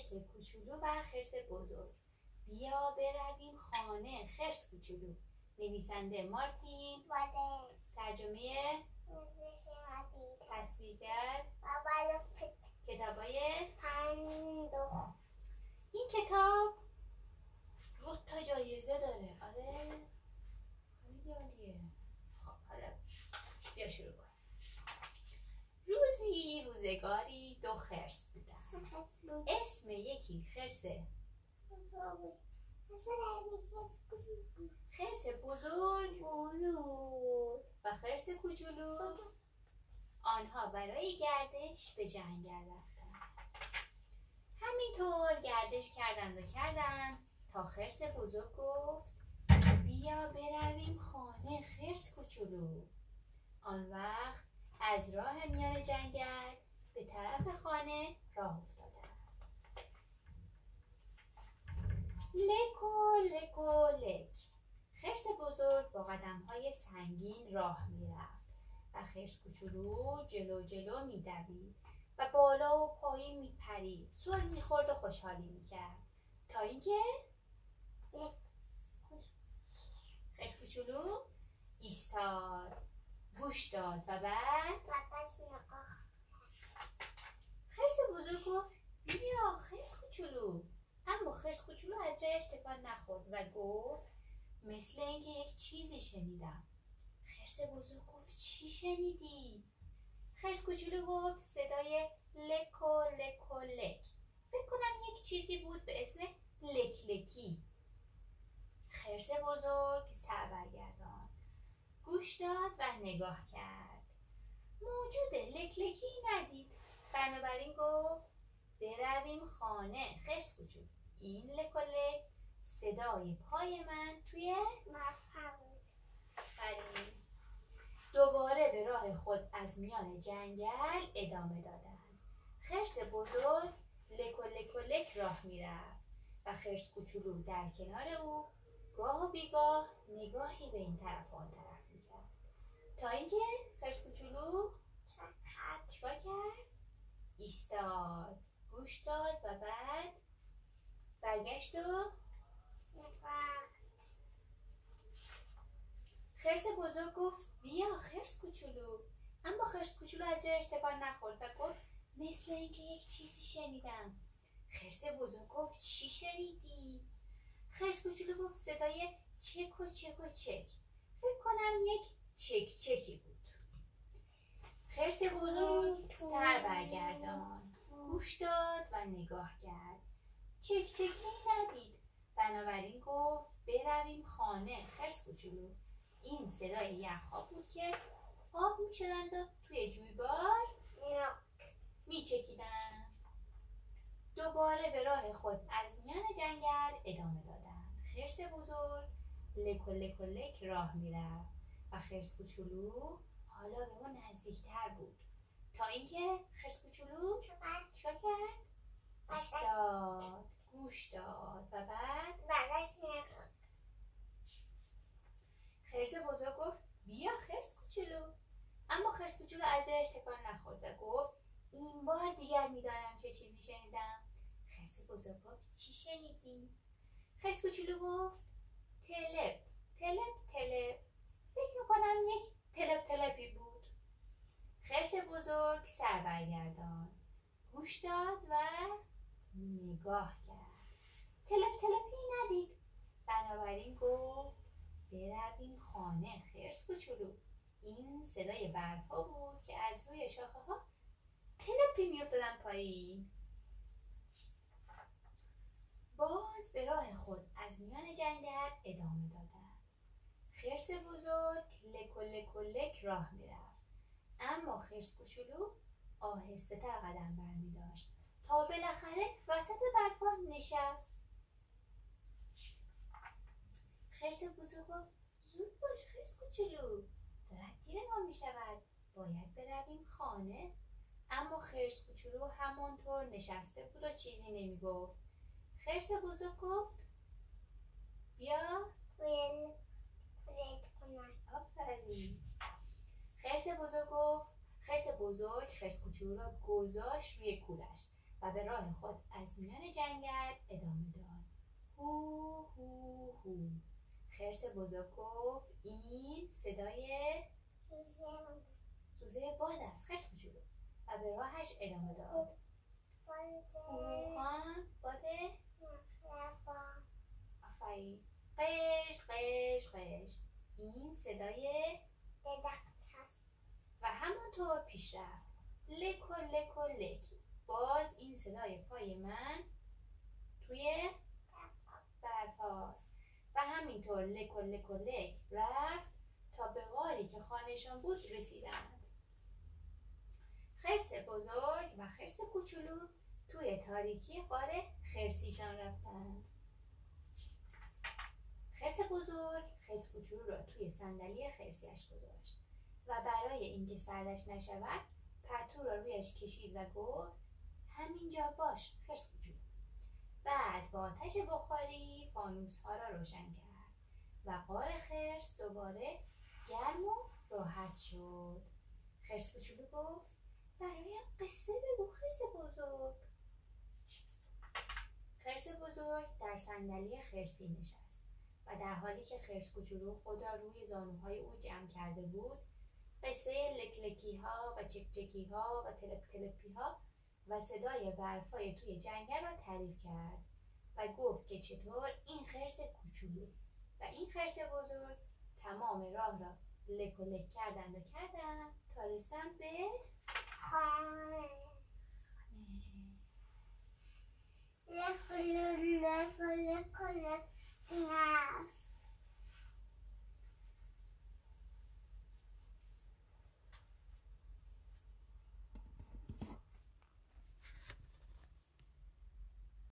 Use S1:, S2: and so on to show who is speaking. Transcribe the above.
S1: خرس کوچولو و خرس بزرگ. بیا برویم خانه خرس کوچولو. نویسنده مارتین
S2: وادر.
S1: ترجمه تصویرگر کتابای
S2: صندوق.
S1: این کتاب 2 جایزه داره. آره خیلی عالیه. خب حالا بیا شروع کن. روزی روزگاری 2 خرس بودن. اسم یکی خرس بزرگ و خرس کوچولو. آنها برای گردش به جنگل رفتند. همینطور گردش کردند تا خرس بزرگ گفت بیا برویم خانه خرس کوچولو. آن وقت از راه میان جنگل به طرف خانه راه افتادند. لکو لکو لک. خرس بزرگ با قدم‌های سنگین راه میرفت و خرس کوچولو جلو جلو میدوید و بالا و پایین میپرید، سر میخورد و خوشحالی میکرد تا اینکه خرس کوچولو ایستاد، گوش داد و بعد خرس بزرگ گفت بیا خرس کوچولو. اما خرس کوچولو از جایش تکان نخورد و گفت مثل اینکه یک چیزی شنیدم. خرس بزرگ گفت چی شنیدی؟ خرس کوچولو گفت صدای لکو لکو لک. فکر کنم یک چیزی بود به اسم لک لکی. خرس بزرگ سر برگرداند، گوش داد و نگاه کرد. موجود لک لکی ندید. بنابراین گفت برویم خانه خرس کوچولو. این لک و لک صدای پای من توی دوباره به راه خود از میان جنگل ادامه دادند. خرس بزرگ لک و لک و لک راه میرفت و خرس کوچولو در کنار او گاه و بیگاه نگاهی به این طرف و آن طرف میکرد تا اینکه خرس کوچولو چیکار کرد؟ ایستاد، گوش داد و بعد برگشت و خرس بزرگ گفت بیا خرس کوچولو. اما خرس کوچولو از جایش تکان نخورد و گفت مثل اینکه یک چیزی شنیدم. خرس بزرگ گفت چی شنیدی؟ خرس کوچولو گفت صدای چک و چک و چک. فکر کنم یک چک چکی بود. خرس بزرگ سر برگرداند، گوش داد و نگاه کرد. چک چکی ندید. بنابراین گفت برویم خانه خرس کوچولو. این صدای یخ‌ها بود که آب می‌شدند و توی جویبار می‌چکیدند. دوباره به راه خود از میان جنگل ادامه دادند. خرس بزرگ لک و لک و لک راه میرفت و خرس کوچولو حالا به اون نزدیکتر بود تا اینکه خرس کوچولو چیکار کرد؟ ایستاد، گوش داد و بعد خرس بزرگ گفت بیا خرس کوچولو. اما خرس کوچولو از جایش تکان نخورد و گفت این بار دیگر میدانم چه چیزی شنیدم. خرس بزرگ گفت چی شنیدی؟ خرس کوچولو گفت تلپ تلپ تلپ. فکر میکنم یک تلپ تلپی بود. خرس بزرگ سر برگرداند، گوش داد و نگاه کرد. تلپ تلپی ندید. بنابراین گفت برویم خانه خرس کوچولو. این صدای برفا بود که از روی شاخه ها تلپی میافتادن پایین. باز به راه خود از میان جنگل ادامه دادند. خرس بزرگ لک و لک و لک راه میرفت. اما خرس کوچولو آهسته تر قدم برمی داشت تا بالاخره وسط برفا نشست. خرس بزرگ گفت زود باش خرس کوچولو، دارد دیر ما می شود، باید برویم خانه. اما خرس کوچولو همانطور نشسته بود و چیزی نمی گفت. خرس بزرگ گفت بیا آفرین. خرس بزرگ گفت خرس بزرگ خرس کوچولو را گذاشت روی کولش و و به راه خود از میان جنگل ادامه داد. هو هو هو. خرس بزرگ گفت این صدای زوزه باد است خرس کوچولو، و به راهش ادامه داد. هو خواند باد آفرین. قش قش قش. این صدای و همانطور پیش رفت. لک و لک و لک. باز این صدای پای من توی برفاست و همینطور لک و لک و لک رفت تا به غاری که خانهشان بود رسیدند. خرس بزرگ و خرس کوچولو توی تاریکی غار خرسیشان رفتند. خرس بزرگ خرس کوچولو را توی صندلی خرسیش گذاشت و برای اینکه سردش نشود پتو را رویش کشید و گفت همینجا باش خرس کوچولو. بعد با آتش بخاری فانوس ها را روشن کرد و غار خرس دوباره گرم و راحت شد. خرس کوچولو گفت برایم قصه بگو خرس بزرگ. خرس بزرگ در صندلی خرسی نشست و در حالی که خرس کوچولو خود را روی زانوهای او جمع کرده بود قصه لکلکی ها و چکچکی ها و تلپ تلپی ها و صدای برفای توی جنگل را تعریف کرد و گفت که چطور این خرس کوچولو و این خرس بزرگ تمام راه را لک و لک کردند تا رسیدند به
S2: خانه. لک و لک و لک و لک.